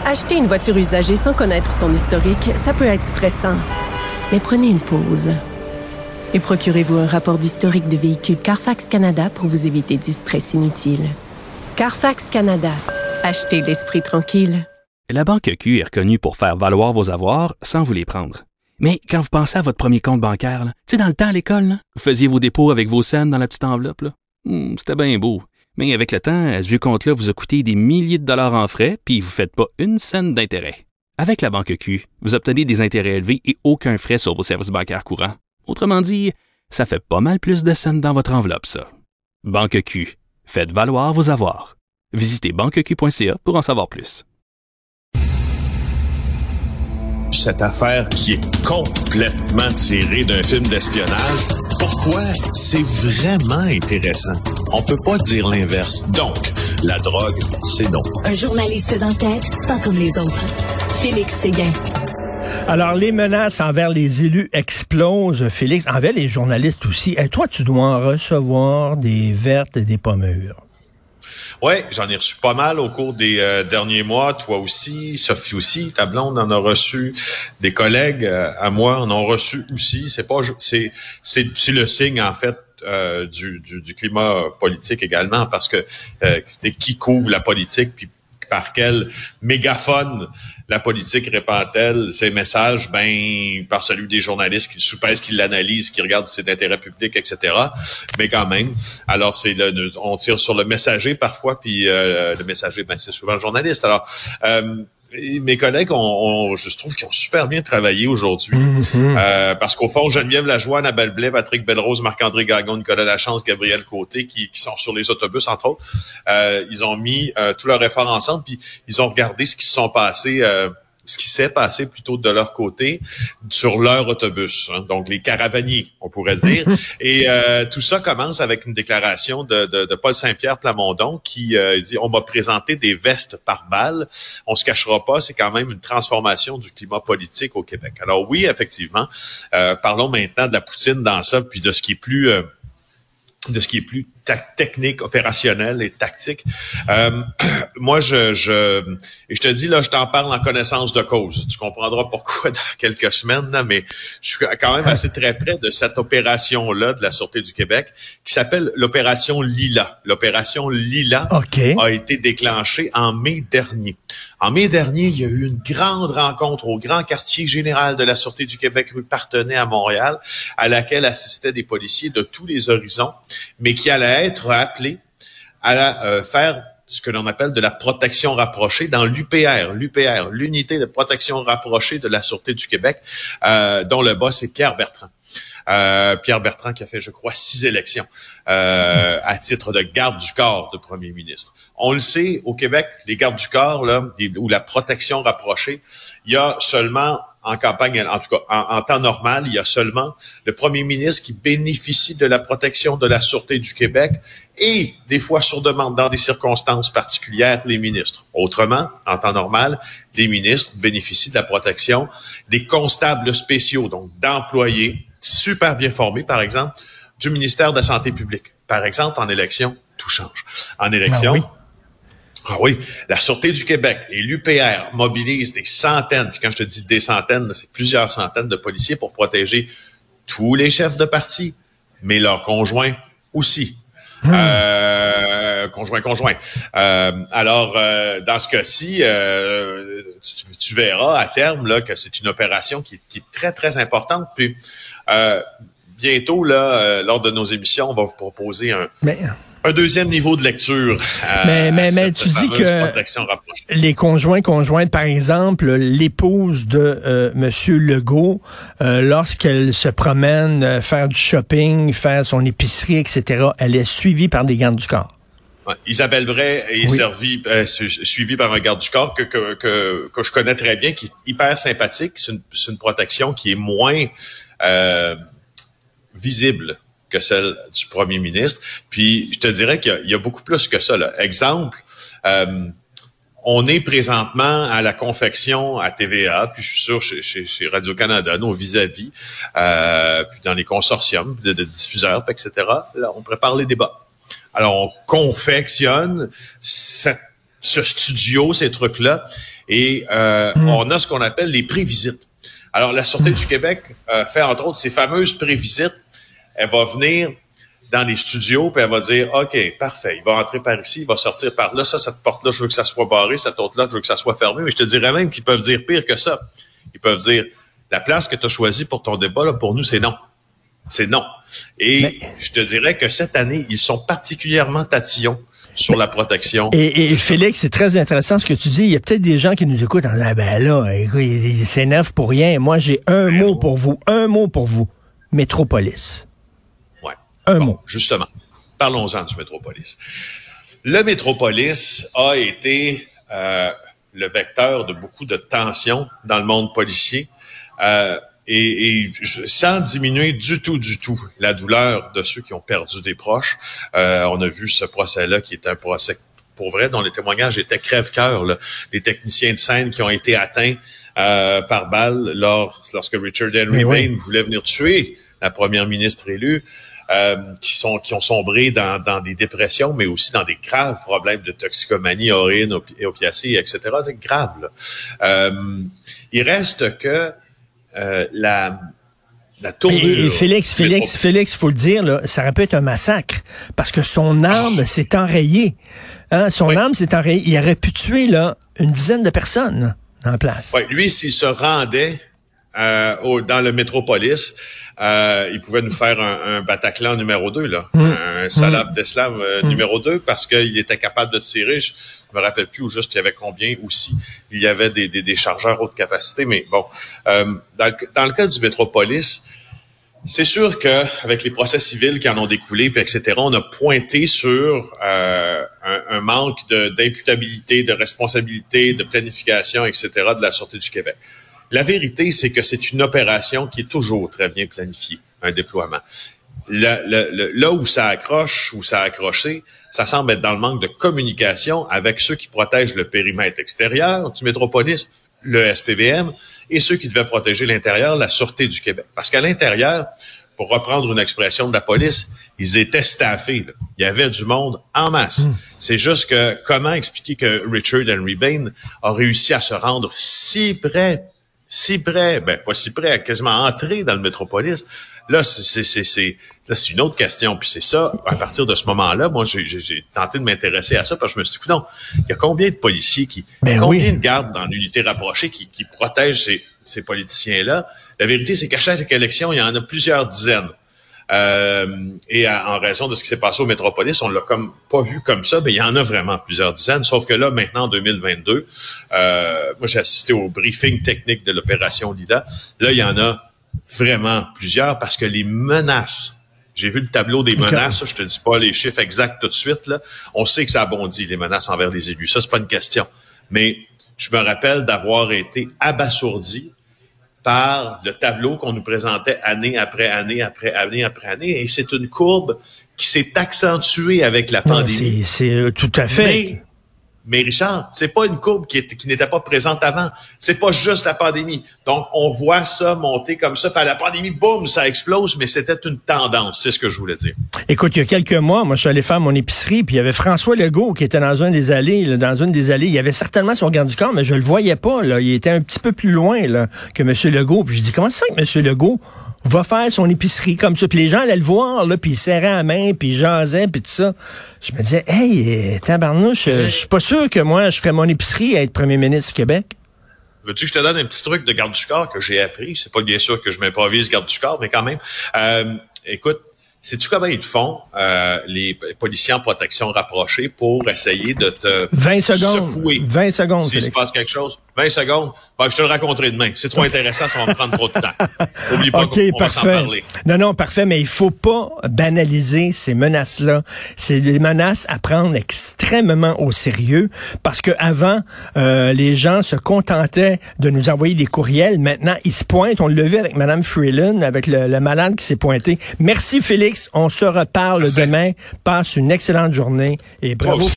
Acheter une voiture usagée sans connaître son historique, ça peut être stressant. Mais prenez une pause. Et procurez-vous un rapport d'historique de véhicule Carfax Canada pour vous éviter du stress inutile. Carfax Canada. Achetez l'esprit tranquille. La Banque Q est reconnue pour faire valoir vos avoirs sans vous les prendre. Mais quand vous pensez à votre premier compte bancaire, tu sais, dans le temps à l'école, là, vous faisiez vos dépôts avec vos scènes dans la petite enveloppe. Là. C'était bien beau. Mais avec le temps, ce vieux compte-là vous a coûté des milliers de dollars en frais, puis vous ne faites pas une scène d'intérêt. Avec la Banque Q, vous obtenez des intérêts élevés et aucun frais sur vos services bancaires courants. Autrement dit, ça fait pas mal plus de scènes dans votre enveloppe, ça. Banque Q. Faites valoir vos avoirs. Visitez banqueq.ca pour en savoir plus. Cette affaire qui est complètement tirée d'un film d'espionnage, pourquoi? C'est vraiment intéressant. On peut pas dire l'inverse. Donc, la drogue, c'est non. Un journaliste d'enquête, pas comme les autres. Félix Séguin. Alors, les menaces envers les élus explosent, Félix, envers les journalistes aussi. Et toi, tu dois en recevoir des vertes et des pas mûres. Oui, j'en ai reçu pas mal au cours des derniers mois. Toi aussi, Sophie aussi, ta blonde en a reçu. Des collègues à moi en ont reçu aussi. C'est le signe, en fait, du climat politique également, parce que qui couvre la politique, puis par quel mégaphone la politique répand-elle ses messages? Par celui des journalistes qui le soupèsent, qui l'analysent, qui regardent si c'est d'intérêt public, etc. Mais quand même, alors on tire sur le messager parfois, puis le messager, c'est souvent le journaliste. Alors, mes collègues je trouve qu'ils ont super bien travaillé aujourd'hui. Parce qu'au fond, Geneviève Lajoie, Annabelle Blais, Patrick Belrose, Marc-André Gagnon, Nicolas Lachance, Gabriel Côté, qui sont sur les autobus, entre autres, ils ont mis tout leur effort ensemble, puis ils ont regardé ce qui s'est passé plutôt de leur côté sur leur autobus, hein, donc les caravaniers, on pourrait dire. Et tout ça commence avec une déclaration de Paul Saint-Pierre Plamondon qui dit « On m'a présenté des vestes par balles. On se cachera pas, c'est quand même une transformation du climat politique au Québec. » Alors oui, effectivement, parlons maintenant de la poutine dans ça, puis de ce qui est plus technique, opérationnel et tactique. Moi, je te dis, là, je t'en parle en connaissance de cause. Tu comprendras pourquoi dans quelques semaines, là, mais je suis quand même assez très près de cette opération-là de la Sûreté du Québec qui s'appelle l'opération Lila. L'opération Lila a été déclenchée en mai dernier. En mai dernier, il y a eu une grande rencontre au Grand Quartier Général de la Sûreté du Québec, rue Partenay à Montréal, à laquelle assistaient des policiers de tous les horizons, mais qui allait être appelés à faire ce que l'on appelle de la protection rapprochée dans l'UPR, l'unité de protection rapprochée de la Sûreté du Québec, dont le boss est Pierre Bertrand. Pierre Bertrand qui a fait, je crois, 6 élections à titre de garde du corps de premier ministre. On le sait, au Québec, les gardes du corps, là, ou la protection rapprochée, il y a seulement en campagne, en tout cas en temps normal, il y a seulement le premier ministre qui bénéficie de la protection de la Sûreté du Québec et des fois sur demande, dans des circonstances particulières, les ministres. Autrement, en temps normal, les ministres bénéficient de la protection des constables spéciaux, donc d'employés super bien formés, par exemple, du ministère de la Santé publique. Par exemple, en élection, tout change. En élection, la Sûreté du Québec et l'UPR mobilisent des centaines, puis quand je te dis des centaines, c'est plusieurs centaines de policiers pour protéger tous les chefs de parti, mais leurs conjoints aussi. Conjoint. Alors, dans ce cas-ci, tu verras à terme là que c'est une opération qui est très, très importante. Puis, bientôt, là, lors de nos émissions, on va vous proposer un deuxième niveau de lecture. Mais tu dis que les conjointes, par exemple, l'épouse de Monsieur Legault, lorsqu'elle se promène faire du shopping, faire son épicerie, etc., elle est suivie par des gardes du corps. Isabelle Bray est suivie par un garde du corps que je connais très bien, qui est hyper sympathique. C'est une protection qui est moins visible que celle du premier ministre. Puis, je te dirais qu'il y a beaucoup plus que ça, là. Exemple, on est présentement à la confection à TVA, puis je suis sûr chez Radio-Canada, nos vis-à-vis, puis dans les consortiums de diffuseurs, etc. Là, on prépare les débats. Alors, on confectionne ce ce studio, ces trucs-là, et on a ce qu'on appelle les prévisites. Alors, la Sûreté du Québec fait, entre autres, ces fameuses prévisites. Elle va venir dans les studios, puis elle va dire, OK, parfait, il va entrer par ici, il va sortir par là, cette porte-là, je veux que ça soit barré, cette autre-là, je veux que ça soit fermé. Mais je te dirais même qu'ils peuvent dire pire que ça. Ils peuvent dire, la place que tu as choisie pour ton débat, là, pour nous, c'est non. C'est non. Et je te dirais que cette année, ils sont particulièrement tatillons sur la protection. Et Félix, c'est très intéressant ce que tu dis. Il y a peut-être des gens qui nous écoutent en disant, ben là, ils s'énervent pour rien. Moi, j'ai un mot pour vous. Métropolis. Ouais. Un mot. Justement, parlons-en du Métropolis. Le Métropolis a été le vecteur de beaucoup de tensions dans le monde policier. Et sans diminuer du tout la douleur de ceux qui ont perdu des proches. On a vu ce procès-là qui est un procès, pour vrai, dont les témoignages étaient crève-cœur. Là. Les techniciens de scène qui ont été atteints par balle lorsque Richard Henry Bain voulait venir tuer la première ministre élue, qui ont sombré dans des dépressions, mais aussi dans des graves problèmes de toxicomanie, héroïne, opiacés, etc. C'est grave. Là. Il reste que la tournure. Et Félix, faut le dire, là, ça aurait pu être un massacre parce que son arme s'est enrayée. Hein, arme s'est enrayée. Il aurait pu tuer là une dizaine de personnes dans la place. Oui, lui, s'il se rendait dans le Métropolis, il pouvait nous faire un Bataclan numéro 2, là. Un Salah Abdeslam numéro 2, parce qu'il était capable de tirer. Je me rappelle plus où juste il y avait combien aussi. Il y avait des chargeurs haute capacité, mais bon. Dans le cas du Métropolis, c'est sûr que avec les procès civils qui en ont découlé, puis etc., on a pointé sur un manque d'imputabilité, de responsabilité, de planification, etc., de la Sûreté du Québec. La vérité, c'est que c'est une opération qui est toujours très bien planifiée, un déploiement. Là où ça accroche, où ça a accroché, ça semble être dans le manque de communication avec ceux qui protègent le périmètre extérieur du Métropolis, le SPVM, et ceux qui devaient protéger l'intérieur, la Sûreté du Québec. Parce qu'à l'intérieur, pour reprendre une expression de la police, ils étaient staffés. Là. Il y avait du monde en masse. C'est juste que comment expliquer que Richard Henry Bain a réussi à se rendre si près, pas si près, à quasiment entrer dans le Métropolis. Là, c'est une autre question. Puis c'est ça, à partir de ce moment-là, moi, j'ai tenté de m'intéresser à ça parce que je me suis dit, non, il y a combien de policiers combien de gardes dans l'unité rapprochée qui protègent ces politiciens-là? La vérité, c'est qu'à chaque élection, il y en a plusieurs dizaines. Et en raison de ce qui s'est passé au Métropolis, on l'a comme pas vu comme ça, mais il y en a vraiment plusieurs dizaines. Sauf que là, maintenant, en 2022, moi, j'ai assisté au briefing technique de l'opération Lida. Là, il y en a vraiment plusieurs parce que les menaces, j'ai vu le tableau des menaces, je te dis pas les chiffres exacts tout de suite, là. On sait que ça abondit, les menaces envers les élus. Ça, c'est pas une question. Mais je me rappelle d'avoir été abasourdi par le tableau qu'on nous présentait année après année après année après année. Et c'est une courbe qui s'est accentuée avec la pandémie. C'est tout à fait. Mais Richard, c'est pas une courbe qui n'était pas présente avant. C'est pas juste la pandémie. Donc, on voit ça monter comme ça. Par la pandémie, boum, ça explose, mais c'était une tendance. C'est ce que je voulais dire. Écoute, il y a quelques mois, moi, je suis allé faire mon épicerie, puis il y avait François Legault qui était dans une des allées. Il y avait certainement son garde du corps, mais je le voyais pas, là. Il était un petit peu plus loin, là, que M. Legault. Puis je dis, comment ça fait que M. Legault va faire son épicerie comme ça? Puis les gens allaient le voir, là, puis il serrait la main, puis il jasait, puis tout ça. Je me disais, hey, tabarnouche, je suis pas sûr que moi, je ferais mon épicerie à être premier ministre du Québec. Veux-tu que je te donne un petit truc de garde du corps que j'ai appris? C'est pas bien sûr que je m'improvise garde du corps, mais quand même. Écoute, sais-tu comment ils font, les policiers en protection rapprochée pour essayer de te 20 secondes. Secouer? 20 secondes, s'il se passe quelque chose. 20 secondes. Ben, je te le raconterai demain. C'est trop intéressant, ça va me prendre trop de temps. Oublie pas qu'on va s'en parler. Non, parfait, mais il faut pas banaliser ces menaces-là. C'est des menaces à prendre extrêmement au sérieux parce que avant, les gens se contentaient de nous envoyer des courriels. Maintenant, ils se pointent. On l'a vu avec Mme Freeland, avec le malade qui s'est pointé. Merci, Félix. On se reparle demain. Passe une excellente journée et bravo.